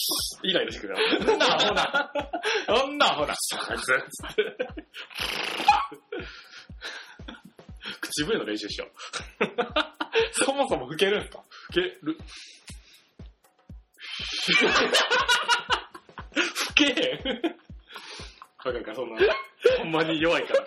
イライラしてくる。 そんなアホな。そんなアホな。 口笛の練習しよう。 そもそも吹けるんすか？ 吹ける。 吹けへん。 バカか、そんな。 ほんまに弱いから。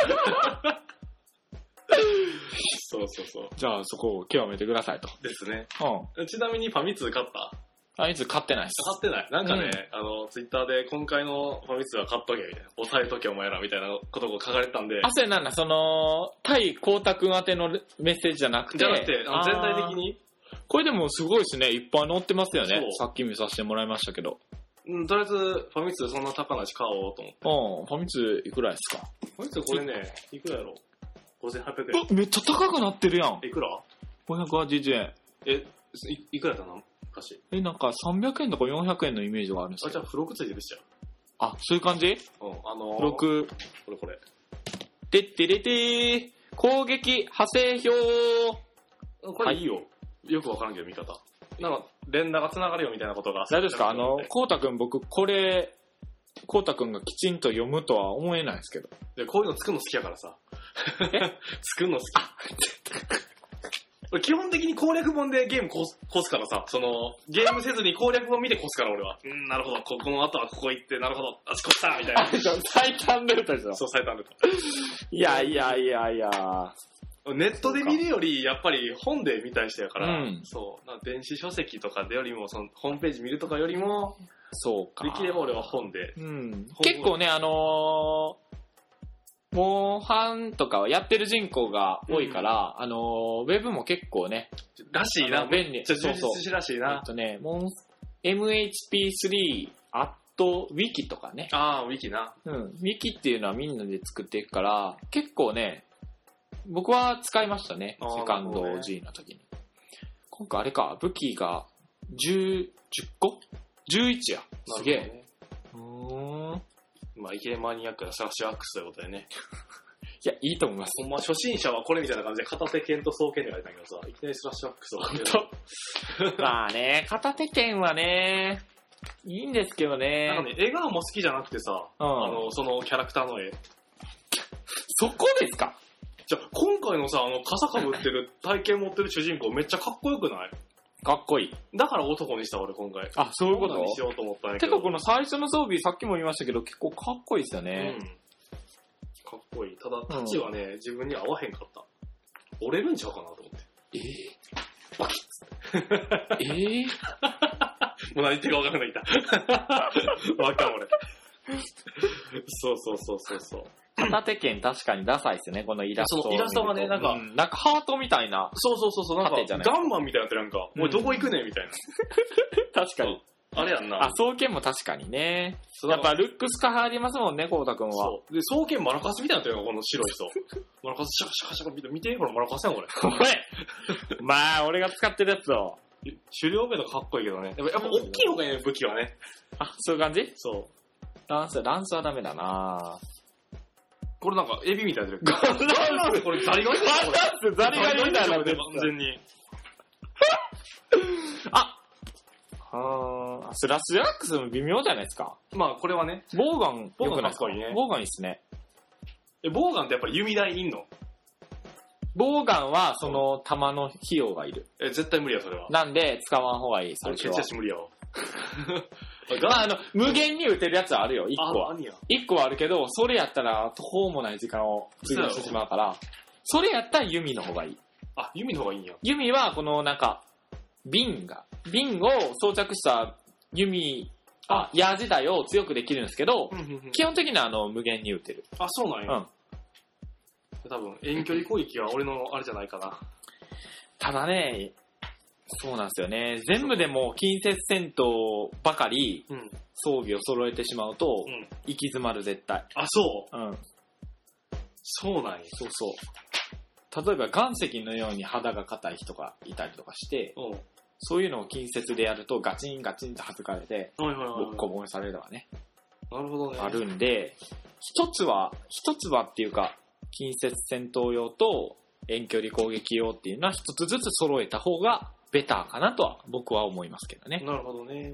そうそうそう。 じゃあそこを極めてくださいと。 ですね。 うん。 ちなみにファミ通買った？ あいつ買ってないっす。 買ってない。なんかね、うん、あの、ツイッターで今回のファミ通は買っとけみたいな。押さえとけお前らみたいなことが書かれてたんで。 あ、それなんだ、その、対光太くん宛てのメッセージじゃなくて。 じゃなくて、あの全体的に。 これでもすごいですね。いっぱい載ってますよね。さっき見させてもらいましたけど。 うん、とりあえず、ファミ通そんな高なし買おうと思って。 うん、ファミ通いくらですか？ ファミ通これね、いくらやろ ?ごせんはっぴゃくえん。 めっちゃ高くなってるやん。 いくら ? ごひゃくはちじゅうえん。 え、い, いくらやったの昔。 え、なんかさんびゃくえんとかよんひゃくえんのイメージがあるんですよ。 あ、じゃあ付録ついてるしちゃう。 あ、そういう感じ？ うん、あのー、 付録。 これこれ。 てってれてー。攻撃派生表。 これいいよ。はい、よくわからんけど見方。なんか、連打が繋がるよみたいなことが。 大丈夫ですか？あの、こうたくん僕、これ、こうたくんがきちんと読むとは思えないですけど。 で、こういうの作るの好きやからさ。作るの好き。俺基本的に攻略本でゲームこす、こすからさ、その、ゲームせずに攻略本見てこすから俺は。うん、なるほど、ここの後はここ行って、なるほど、あちこしたみたいな。 最短ルートでしょ。 そう、最短ルート。 いやいやいやいや。 ネットで見るより、やっぱり本で見たりしてやから、 うん、 そう、なんか電子書籍とかでよりも、その、ホームページ見るとかよりも、 そうか。 できれば俺は本で。 うん、結構ね、あのー、モンハンとかはやってる人口が多いから、うん、あのー、ウェブも結構ね、 らしいな。 便利。 ちょっと充実しらしいな。 えっとね、モン、エムエイチピースリー、アット、ウィキとかね。 ああ、ウィキな。 うん。ウィキっていうのはみんなで作っていくから、結構ね、僕は使いましたね。セカンド G の時に。今回あれか、武器がじゅう、じゅっこ ?じゅういち や。すげえ。うーん。 まあ、いきなりマニアックなスラッシュアックスということでね。 いや、いいと思います。 ほんま、初心者はこれみたいな感じで片手剣と双剣で書いたんだけどさ、いきなりスラッシュアックスを本当まあね、片手剣はね、いいんですけどね。 なんかね、絵がも好きじゃなくてさ、うん、あの、そのキャラクターの絵。 そこですか？ じゃあ、今回のさ、あの、傘かぶってる、体型持ってる主人公めっちゃかっこよくない？ かっこいい。 だから男にした俺今回。 あ、そういうことにしようと思ったんやけど。 てかこの最初の装備、さっきも言いましたけど、結構かっこいいですよね。 うん。かっこいい。ただ、タチはね、うん、自分に合わへんかった。折れるんちゃうかなと思って。 えー、バキッえー、 もう何言ってるか分からないんだ。わかん俺。そうそうそうそうそう。 片手剣確かにダサいっすね、このイラスト。 そのイラストがね、なんか、うん、 なんかハートみたいな。 そうそうそうそう、なんかガンマンみたいになってるやんか。おい、どこ行くねんみたいな。 確かに。 あれやんな。 あ、双剣も確かにね。やっぱルックス化入りますもんね、こうたくんは。 そう。で、双剣マラカスみたいになってるのこの白い人。マラカスシャカシャカシャカ見て、見て、これマラカスやん、これ。 お前まあ、俺が使ってるやつを。 狩猟名とかかっこいいけどね。やっぱ、やっぱ大きいのがいいね、武器はね。 あ、そういう感じ？ そう。 ランス、ランスはダメだなこれなんか、エビみたいなやつ。 ガンランスこれザリガニガンランスザリガニみたいなやつ。 完全に。 あはー、スラッシュアックスも微妙じゃないですか。 まあ、これはね。 ボウガン、 ボウガンかっこいいね。 ボウガンいいっすね。 え、ボウガンってやっぱり弓台いんの？ ボウガンは、その、弾の費用がいる。 え、絶対無理や、それは。 なんで、使わん方がいい、 最初は。ケチャシ無理やわ。 まあ、あの、無限に撃てるやつはあるよ、いっこは。いっこはあるけど、それやったら、途方もない時間を費やしてしまうから、それやったら弓の方がいい。 あ、弓の方がいいんや。 弓は、この、なんか、瓶が、瓶を装着した弓、あ、矢自体を強くできるんですけど、基本的には、あの、無限に撃てる。 あ、そうなんや。 うん。 多分、遠距離攻撃は俺のあれじゃないかな。 ただね、そうなんですよね。全部でも近接戦闘ばかり装備を揃えてしまうと、うん、行き詰まる絶対。 あ、そう？ うん。 そうなんや。 そうそう。例えば岩石のように肌が硬い人がいたりとかして、うん、そういうのを近接でやるとガチンガチンと弾かれて、ボッコボコにされるのはね。 なるほどね。 あるんで、一つは、一つはっていうか、近接戦闘用と遠距離攻撃用っていうのは一つずつ揃えた方がベターかなとは僕は思いますけどね。 なるほどね。 うん。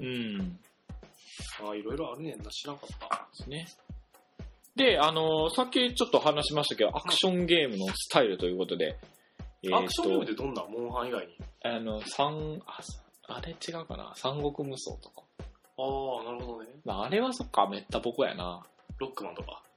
ああ、いろいろあるねんな、知らんかった。 ですね。で、あのー、さっきちょっと話しましたけど、アクションゲームのスタイルということで。 えー、アクションゲームってどんなモンハン以外にあの、三、あ、あれ違うかな三国無双とか。 ああ、なるほどね。 まあ、あれはそっか、めったぼこやな。 ロックマンとか。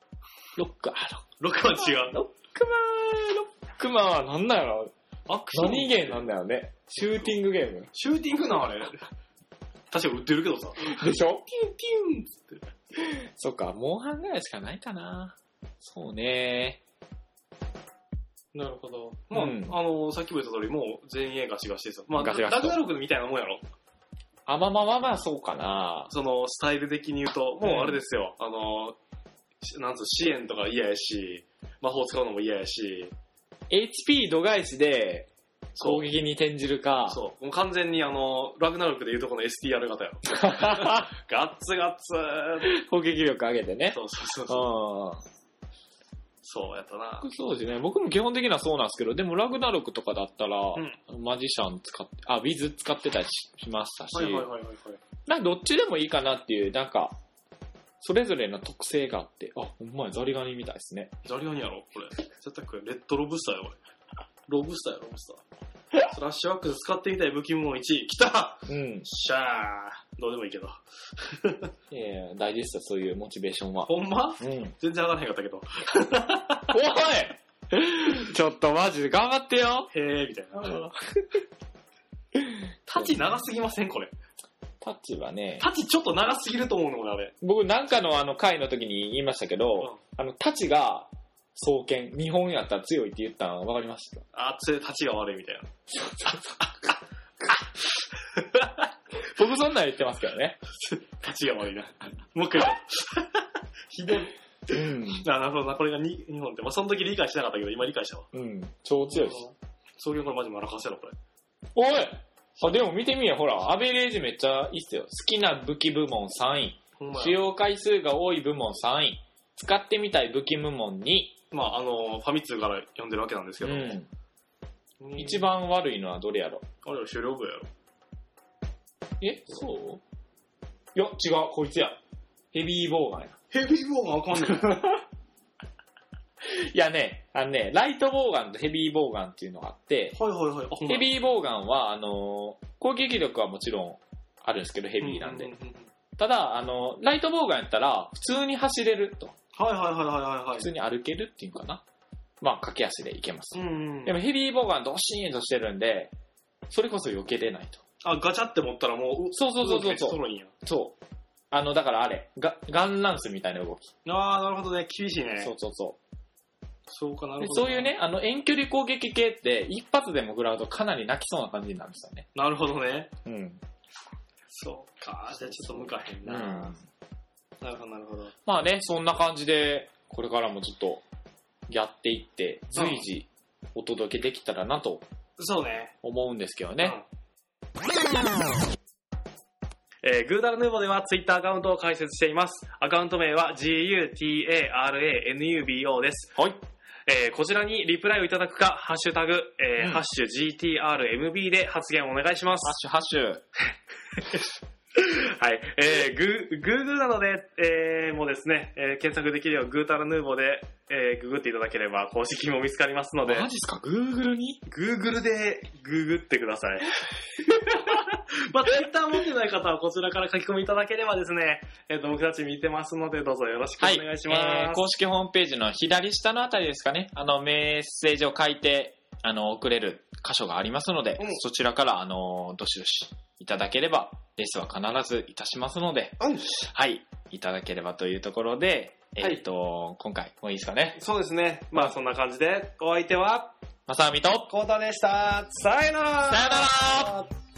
ロック、あ、 ロックマン違う。 ロックマン、ロックマンはなんだよアクション何ゲームなんだよね。シューティングゲーム。 シューティングなあれ。確かに売ってるけどさ。 でしょ？ ピュンピュンっつって。 そっか、モンハンぐらいしかないかな。そうね。 なるほど。まあ、うん、あの、さっきも言った通り、もう全員映画しがしてさ。まあ、 ガシガシラグナロクみたいなもんやろ。 あ、まあまあまあまあ、そうかな。 その、スタイル的に言うと、もうあれですよ。うん、あの、なんつう、支援とか嫌やし、魔法使うのも嫌やし。 エイチピー 度外視で、攻撃に転じるか。 そう。もう完全にあの、ラグナロクでいうとこの エスティーアール 型よ。ガッツガッツー。 攻撃力上げてね。 そうそうそうそう。そうやったな。 そうですね。僕も基本的にはそうなんですけど、でもラグナロクとかだったら、うん、マジシャン使って、あ、ウィズ使ってたりしましたし、 はいはいはいはい、はい。 なんかどっちでもいいかなっていう、なんか、それぞれの特性があって、あ、ほんまや、ザリガニみたいですね。 ザリガニやろこれ。絶対これ、レッドロブスターよ、これ。ロブスターや、ロブスター。スラッシュワックス使ってみたい武器部門いちい。来た！ うん。 しゃー。どうでもいいけど。 いやいや、大事ですよ、そういうモチベーションは。 ほんま？ うん。 全然上がらへんかったけど。 おいちょっとマジで頑張ってよ。 へー、みたいな。タチ長すぎませんこれ。 タチはね。 タチちょっと長すぎると思うの、俺あれ。 僕なんかのあの回の時に言いましたけど、うん、あの、タチが、双剣、日本やったら強いって言ったの分かりました。 あ、つえ、立ちが悪いみたいな。 僕そんなん言ってますけどね。 立ちが悪いな。もう一回言う。ひどい。うん。あ、なるほどな。これがに日本って。まあ、その時理解しなかったけど、今理解したわ。 うん。超強いし。 そういうこれマジマラカせろ、これ。 おいあ、でも見てみよ、ほら。アベレージめっちゃいいっすよ。好きな武器部門さんい。使用回数が多い部門さんい。使ってみたい武器部門に。 まあ、あの、ファミ通から読んでるわけなんですけど。 うん。一番悪いのはどれやろ？ あれは狩猟部やろ。 え、そういや、違う、こいつや。ヘビーボウガンや。 ヘビーボウガンあかんねん。 いやね、あのね、ライトボウガンとヘビーボウガンっていうのがあって、 はいはいはい。 ヘビーボウガンは、あの、攻撃力はもちろんあるんですけど、ヘビーなんで。ただ、あの、ライトボウガンやったら、普通に走れると。 はいはいはいはいはい。 普通に歩けるっていうかな。まあ、駆け足で行けます。 うんうん、 でもヘビーボウガンドシーンとしてるんで、それこそ避けれないと。 あ、ガチャって持ったらもう、 そうそうそうそうそう。そう。あの、だからあれ、ガガンランスみたいな動き。 ああ、なるほどね。厳しいね。 そうそうそう。 そうかなるほど。そういうね、あの、遠距離攻撃系って、一発でも食らうとかなり泣きそうな感じになるんですよね。 なるほどね。 うん。 そうか。じゃあちょっと向かへんな。うん、なるほどなるほど。 まあね、そんな感じで、これからもちょっと、やっていって、随時お届けできたらなと。 そうね。 思うんですけどね。うんえー、グーダラヌーボではツイッターアカウントを開設しています。アカウント名は ジーユーティーエーアールエーエヌユービーオー です。 はい。 えー、こちらにリプライをいただくか、ハッシュタグ、えーうん、ハッシュ ジーティーアールエムビー で発言をお願いします。 ハッシュハッシュ。 はい。えー、グー、グーグルなどで、えー、もうですね、えー、検索できるようグータラヌーボで、えー、ググっていただければ公式も見つかりますので。 マジっすか？グーグルに？ グーグルでググってください。まあ、ツイッター持ってない方はこちらから書き込みいただければですね、えっ、ー、と、僕たち見てますので、どうぞよろしくお願いします。はい、 えー、公式ホームページの左下のあたりですかね、あの、メッセージを書いて、あの、送れる箇所がありますので、うん、そちらから、あの、どしどしいただければ、レスは必ずいたしますので、 うん、 はい、いただければというところで、えっ、ー、と、はい、今回、もういいですかね。 そうですね。まあ、そんな感じで、お相手は、 まさみと、 コウタでした。さよなら。 さよなら。